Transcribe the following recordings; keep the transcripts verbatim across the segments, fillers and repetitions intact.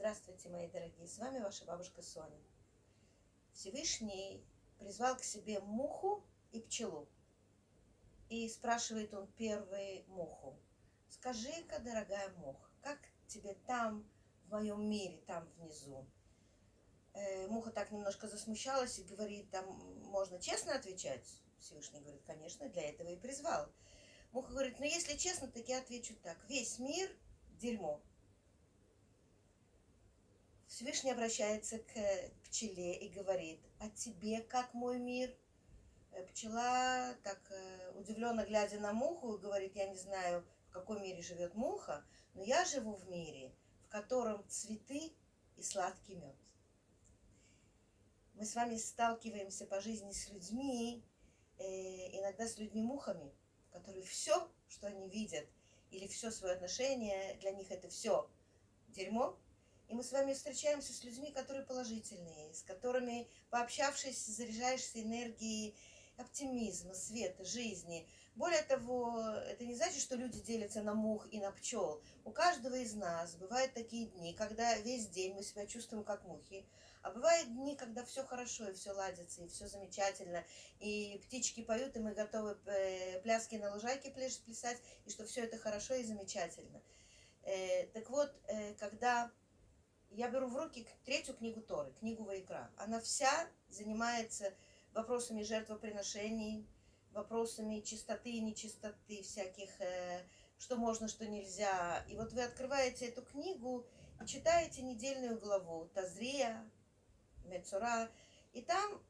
Здравствуйте, мои дорогие, с вами ваша бабушка Соня. Всевышний призвал к себе муху и пчелу. И спрашивает он первой муху: скажи-ка, дорогая муха, как тебе там, в моем мире, там внизу? Э, муха так немножко засмущалась и говорит: там можно честно отвечать? Всевышний говорит: конечно, для этого и призвал. Муха говорит: ну если честно, так я отвечу так: весь мир дерьмо. Всевышний обращается к пчеле и говорит: а тебе как мой мир? Пчела, так удивленно глядя на муху, говорит: я не знаю, в каком мире живет муха, но я живу в мире, в котором цветы и сладкий мед. Мы с вами сталкиваемся по жизни с людьми, иногда с людьми-мухами, которые все, что они видят, или все свое отношение, для них это все дерьмо. И мы с вами встречаемся с людьми, которые положительные, с которыми, пообщавшись, заряжаешься энергией оптимизма, света, жизни. Более того, это не значит, что люди делятся на мух и на пчел. У каждого из нас бывают такие дни, когда весь день мы себя чувствуем как мухи, а бывают дни, когда все хорошо, и все ладится, и все замечательно, и птички поют, и мы готовы пляски на лужайке плясать, и что все это хорошо и замечательно. Так вот, когда я беру в руки третью книгу Торы, книгу Ваикра, она вся занимается вопросами жертвоприношений, вопросами чистоты и нечистоты, всяких, э, что можно, что нельзя. И вот вы открываете эту книгу и читаете недельную главу Тазрия, Мецура, и там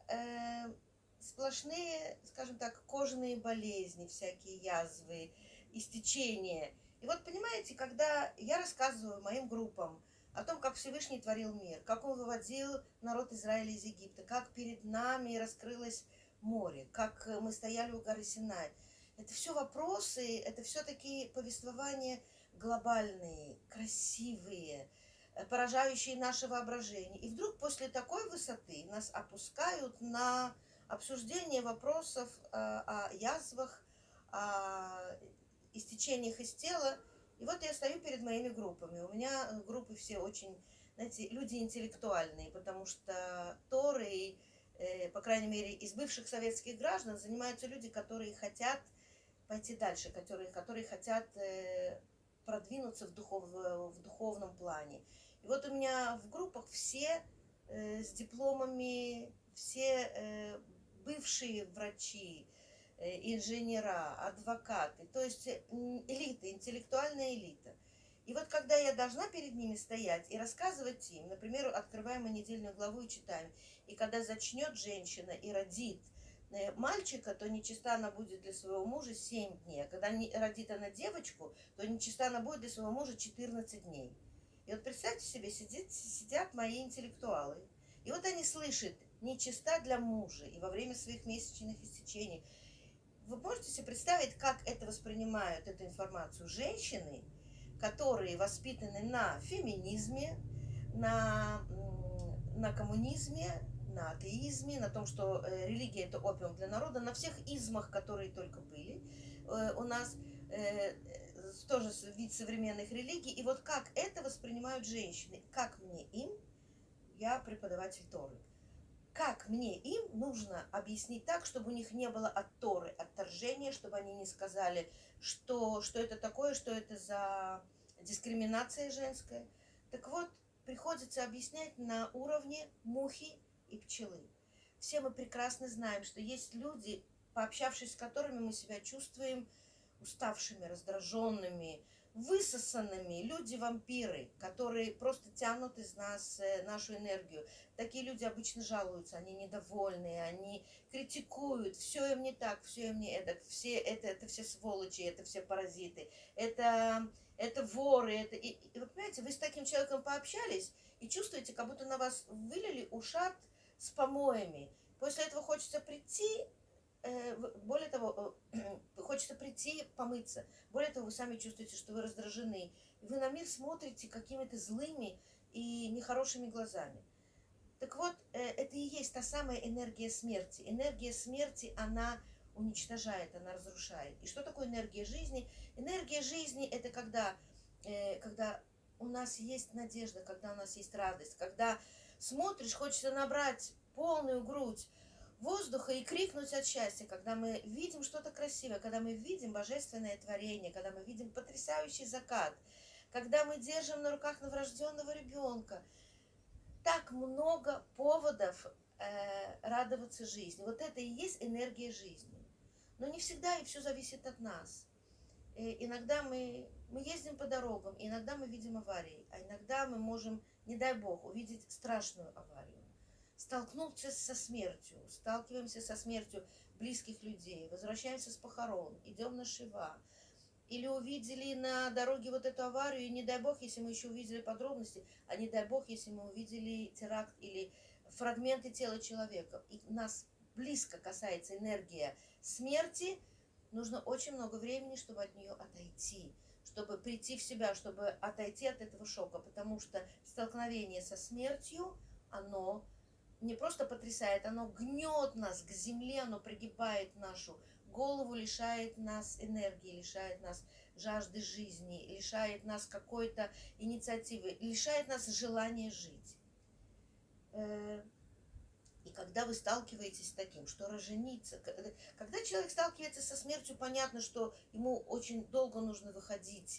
э, сплошные, скажем так, кожаные болезни, всякие язвы, истечения. И вот понимаете, когда я рассказываю моим группам о том, как Всевышний творил мир, как он выводил народ Израиля из Египта, как перед нами раскрылось море, как мы стояли у горы Синай. Это все вопросы, это все такие повествования глобальные, красивые, поражающие наше воображение. И вдруг после такой высоты нас опускают на обсуждение вопросов о, о язвах, о истечениях из тела. И вот я стою перед моими группами. У меня группы все очень, знаете, люди интеллектуальные, потому что Торой, э, по крайней мере, из бывших советских граждан занимаются люди, которые хотят пойти дальше, которые, которые хотят э, продвинуться в, духов, в духовном плане. И вот у меня в группах все э, с дипломами, все э, бывшие врачи, инженера, адвокаты, то есть элита, интеллектуальная элита. И вот когда я должна перед ними стоять и рассказывать им, например, открываем мы недельную главу и читаем, и когда зачнет женщина и родит мальчика, то нечиста она будет для своего мужа семь дней, а когда родит она девочку, то нечиста она будет для своего мужа четырнадцать дней. И вот представьте себе, сидит, сидят мои интеллектуалы, и вот они слышат: нечиста для мужа, и во время своих месячных истечений. Вы можете себе представить, как это воспринимают, эту информацию, женщины, которые воспитаны на феминизме, на, на коммунизме, на атеизме, на том, что религия – это опиум для народа, на всех измах, которые только были у нас, тоже вид современных религий. И вот как это воспринимают женщины, как мне им, я преподаватель Торы, как мне им нужно объяснить так, чтобы у них не было от Торы отторжения, чтобы они не сказали, что, что это такое, что это за дискриминация женская. Так вот, приходится объяснять на уровне мухи и пчелы. Все мы прекрасно знаем, что есть люди, пообщавшись с которыми мы себя чувствуем уставшими, раздраженными, высосанными, люди-вампиры, которые просто тянут из нас нашу энергию. Такие люди обычно жалуются, они недовольны, они критикуют, все им не так, все им не это, все, это, это все сволочи, это все паразиты, это, это воры. Это... И, и вы понимаете, вы с таким человеком пообщались и чувствуете, как будто на вас вылили ушат с помоями. После этого хочется прийти, более того, хочется прийти помыться. Более того, вы сами чувствуете, что вы раздражены. Вы на мир смотрите какими-то злыми и нехорошими глазами. Так вот, это и есть та самая энергия смерти. Энергия смерти, она уничтожает, она разрушает. И что такое энергия жизни? Энергия жизни – это когда, когда у нас есть надежда, когда у нас есть радость, когда смотришь, хочется набрать полную грудь воздуха и крикнуть от счастья, когда мы видим что-то красивое, когда мы видим божественное творение, когда мы видим потрясающий закат, когда мы держим на руках новорожденного ребенка. Так много поводов э, радоваться жизни. Вот это и есть энергия жизни. Но не всегда и все зависит от нас. И иногда мы, мы ездим по дорогам, иногда мы видим аварии, а иногда мы можем, не дай бог, увидеть страшную аварию. Столкнуться со смертью, сталкиваемся со смертью близких людей, возвращаемся с похорон, идем на шива. Или увидели на дороге вот эту аварию, и не дай бог, если мы еще увидели подробности, а не дай бог, если мы увидели теракт или фрагменты тела человека, и нас близко касается энергия смерти, нужно очень много времени, чтобы от нее отойти, чтобы прийти в себя, чтобы отойти от этого шока, потому что столкновение со смертью, оно не просто потрясает, оно гнет нас к земле, оно пригибает нашу голову, лишает нас энергии, лишает нас жажды жизни, лишает нас какой-то инициативы, лишает нас желания жить. И когда вы сталкиваетесь с таким, что рожениться, когда человек сталкивается со смертью, понятно, что ему очень долго нужно выходить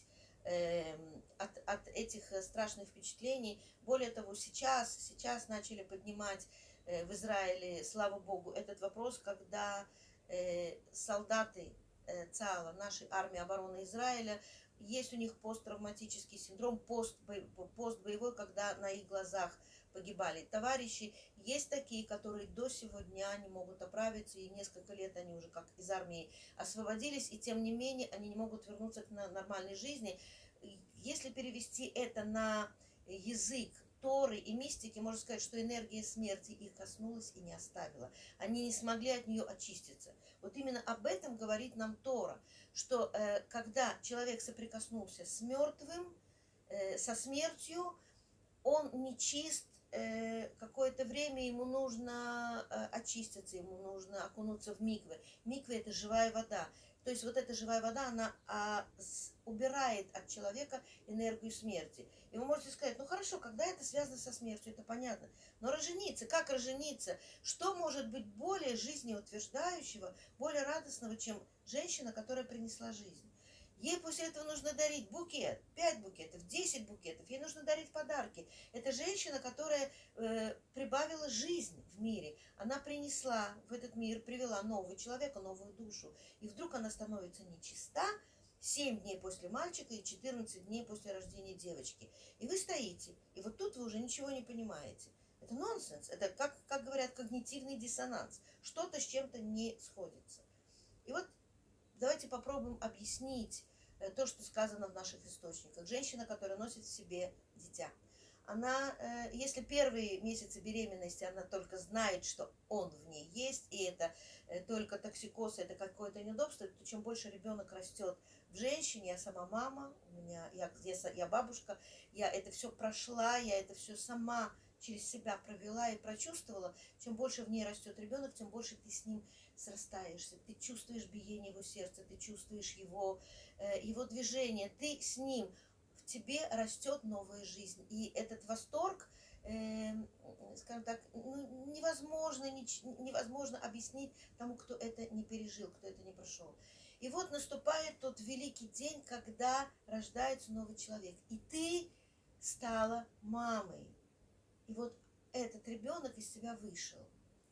э, от, от этих страшных впечатлений. Более того, сейчас, сейчас начали поднимать э, в Израиле, слава богу, этот вопрос, когда э, солдаты э, ЦАЛа, нашей армии обороны Израиля, есть у них посттравматический синдром, постбоевой, когда на их глазах погибали товарищи. Есть такие, которые до сего дня не могут оправиться, и несколько лет они уже как из армии освободились, и тем не менее они не могут вернуться к нормальной жизни. Если перевести это на язык Торы и мистики, можно сказать, что энергия смерти их коснулась и не оставила. Они не смогли от нее очиститься. Вот именно об этом говорит нам Тора, что э, когда человек соприкоснулся с мертвым, э, со смертью, он нечист, э, какое-то время ему нужно э, очиститься, ему нужно окунуться в миквы. Миквы – это живая вода. То есть вот эта живая вода, она а, с, убирает от человека энергию смерти. И вы можете сказать, ну хорошо, когда это связано со смертью, это понятно. Но рожениться, как рожениться? Что может быть более жизнеутверждающего, более радостного, чем женщина, которая принесла жизнь? Ей после этого нужно дарить букет, пять букетов, десять букетов. Ей нужно дарить подарки. Это женщина, которая э, прибавила жизнь в мире. Она принесла в этот мир, привела нового человека, новую душу. И вдруг она становится нечиста семь дней после мальчика и четырнадцать дней после рождения девочки. И вы стоите, и вот тут вы уже ничего не понимаете. Это нонсенс. Это, как, как говорят, когнитивный диссонанс. Что-то с чем-то не сходится. И вот давайте попробуем объяснить то, что сказано в наших источниках. Женщина, которая носит в себе дитя. Она, если первые месяцы беременности она только знает, что он в ней есть, и это только токсикоз, это какое-то неудобство, то чем больше ребенок растет в женщине, я сама мама, у меня, я, я бабушка, я это все прошла, я это все сама через себя провела и прочувствовала, чем больше в ней растет ребенок, тем больше ты с ним срастаешься, ты чувствуешь биение его сердца, ты чувствуешь его, э, его движение, ты с ним, в тебе растет новая жизнь. И этот восторг, э, скажем так, ну, невозможно, невозможно объяснить тому, кто это не пережил, кто это не прошел. И вот наступает тот великий день, когда рождается новый человек, и ты стала мамой. И вот этот ребенок из тебя вышел.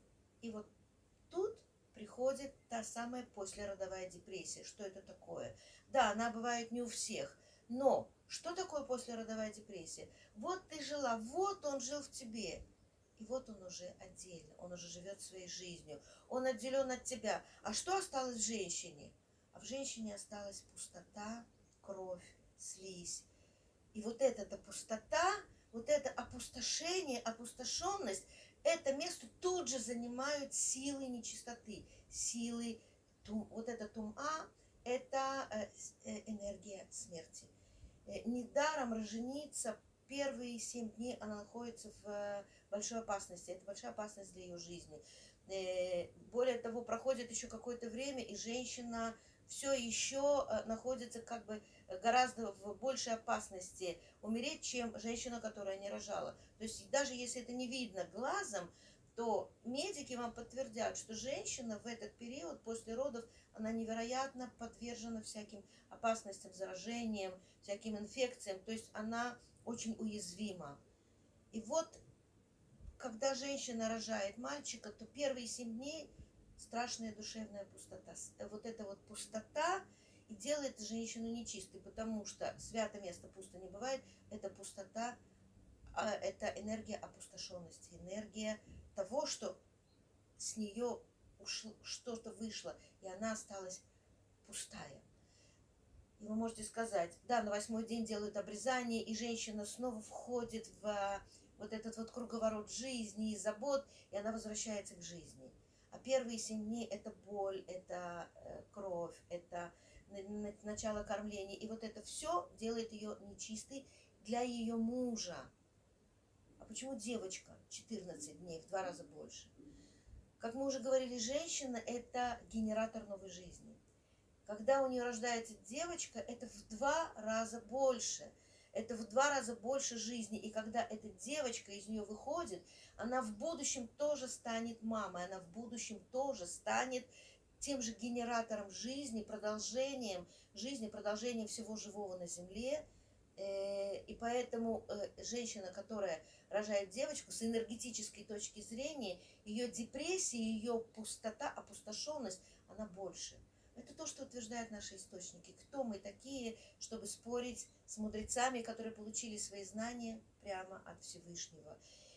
И вот тут приходит та самая послеродовая депрессия. Что это такое? Да, она бывает не у всех. Но что такое послеродовая депрессия? Вот ты жила, вот он жил в тебе. И вот он уже отдельно, он уже живет своей жизнью. Он отделен от тебя. А что осталось в женщине? А в женщине осталась пустота, кровь, слизь. И вот эта пустота, вот это опустошение, опустошенность, это место тут же занимают силы нечистоты, силы, тум, вот это тума, это э, энергия смерти. Э, недаром роженица первые семь дней она находится в э, большой опасности, это большая опасность для ее жизни. Э, более того, проходит еще какое-то время, и женщина все еще находится как бы гораздо в большей опасности умереть, чем женщина, которая не рожала. То есть даже если это не видно глазом, то медики вам подтвердят, что женщина в этот период после родов, она невероятно подвержена всяким опасностям, заражениям, всяким инфекциям. То есть она очень уязвима. И вот, когда женщина рожает мальчика, то первые семь дней страшная душевная пустота. Вот эта вот пустота и делает женщину нечистой, потому что свято место пусто не бывает. Это пустота, это энергия опустошенности, энергия того, что с нее ушло, что-то вышло, и она осталась пустая. И вы можете сказать, да, на восьмой день делают обрезание, и женщина снова входит в вот этот вот круговорот жизни и забот, и она возвращается к жизни. А первые семь дней это боль, это кровь, это начало кормления. И вот это все делает ее нечистой для ее мужа. А почему девочка четырнадцать дней, в два раза больше? Как мы уже говорили, женщина – это генератор новой жизни. Когда у нее рождается девочка, это в два раза больше. Это в два раза больше жизни. И когда эта девочка из нее выходит, она в будущем тоже станет мамой. Она в будущем тоже станет тем же генератором жизни, продолжением жизни, продолжением всего живого на земле. И поэтому женщина, которая рожает девочку, с энергетической точки зрения, ее депрессия, ее пустота, опустошенность, она больше. Это то, что утверждают наши источники. Кто мы такие, чтобы спорить с мудрецами, которые получили свои знания прямо от Всевышнего.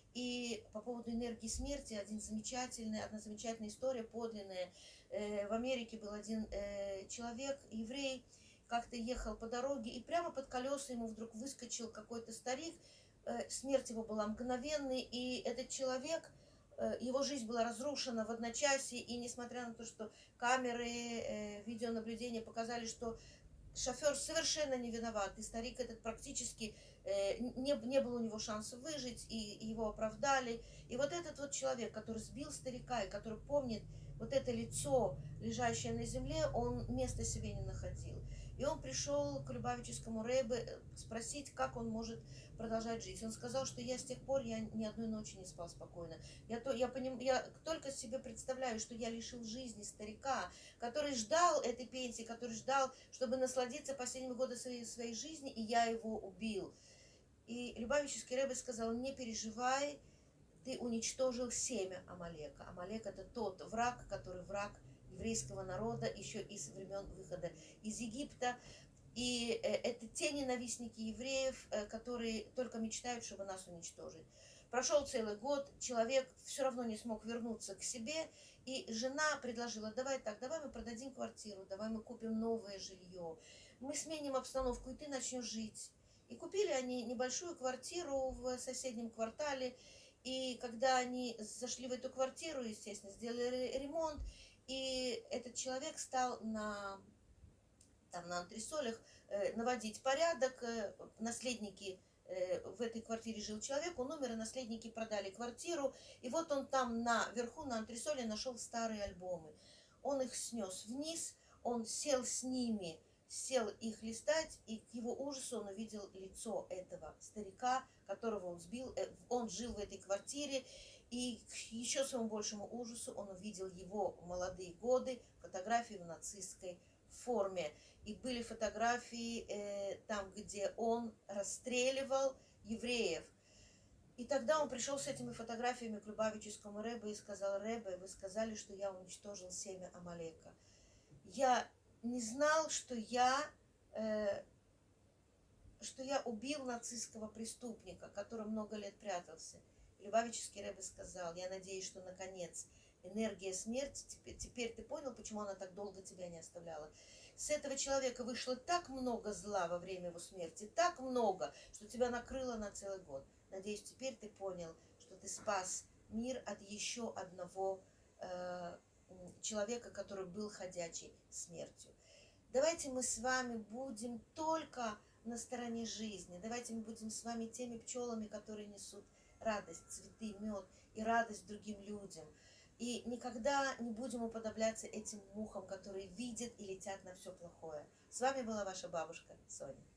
И по поводу энергии смерти, один замечательный, одна замечательная история, подлинная. В Америке был один человек, еврей, как-то ехал по дороге, и прямо под колеса ему вдруг выскочил какой-то старик. Смерть его была мгновенной, и этот человек, его жизнь была разрушена в одночасье, и несмотря на то, что камеры видеонаблюдения показали, что шофер совершенно не виноват, и старик этот практически не, не было у него шанса выжить, и его оправдали. И вот этот вот человек, который сбил старика, и который помнит вот это лицо, лежащее на земле, он места себе не находил. И он пришел к Любавическому ребе спросить, как он может продолжать жить. Он сказал, что я с тех пор я ни одной ночи не спал спокойно. Я, то, я, поним, я только себе представляю, что я лишил жизни старика, который ждал этой пенсии, который ждал, чтобы насладиться последними годами своей, своей жизни, и я его убил. И Любавический ребе сказал, не переживай, ты уничтожил семя Амалека. Амалек – это тот враг, который враг еврейского народа еще из времен выхода из Египта. И это те ненавистники евреев, которые только мечтают, чтобы нас уничтожить. Прошел целый год, человек все равно не смог вернуться к себе, и жена предложила, давай так, давай мы продадим квартиру, давай мы купим новое жилье, мы сменим обстановку, и ты начнешь жить. И купили они небольшую квартиру в соседнем квартале, и когда они зашли в эту квартиру, естественно, сделали ремонт, и этот человек стал на, там, на антресолях э, наводить порядок. Э, наследники, э, в этой квартире жил человек, он умер, и наследники продали квартиру. И вот он там наверху, на антресоле, нашел старые альбомы. Он их снес вниз, он сел с ними, сел их листать, и к его ужасу он увидел лицо этого старика, которого он сбил. Он жил в этой квартире. И к еще своему большему ужасу он увидел его молодые годы, фотографии в нацистской форме. И были фотографии э, там, где он расстреливал евреев. И тогда он пришел с этими фотографиями к Любавическому ребе и сказал, ребе, вы сказали, что я уничтожил семя Амалека. Я не знал, что я, э, что я убил нацистского преступника, который много лет прятался. Любавический ребе сказал, я надеюсь, что наконец энергия смерти, теперь, теперь ты понял, почему она так долго тебя не оставляла. С этого человека вышло так много зла во время его смерти, так много, что тебя накрыло на целый год. Надеюсь, теперь ты понял, что ты спас мир от еще одного э, человека, который был ходячей смертью. Давайте мы с вами будем только на стороне жизни. Давайте мы будем с вами теми пчелами, которые несут радость, цветы, мед и радость другим людям. И никогда не будем уподобляться этим мухам, которые видят и летят на все плохое. С вами была ваша бабушка Соня.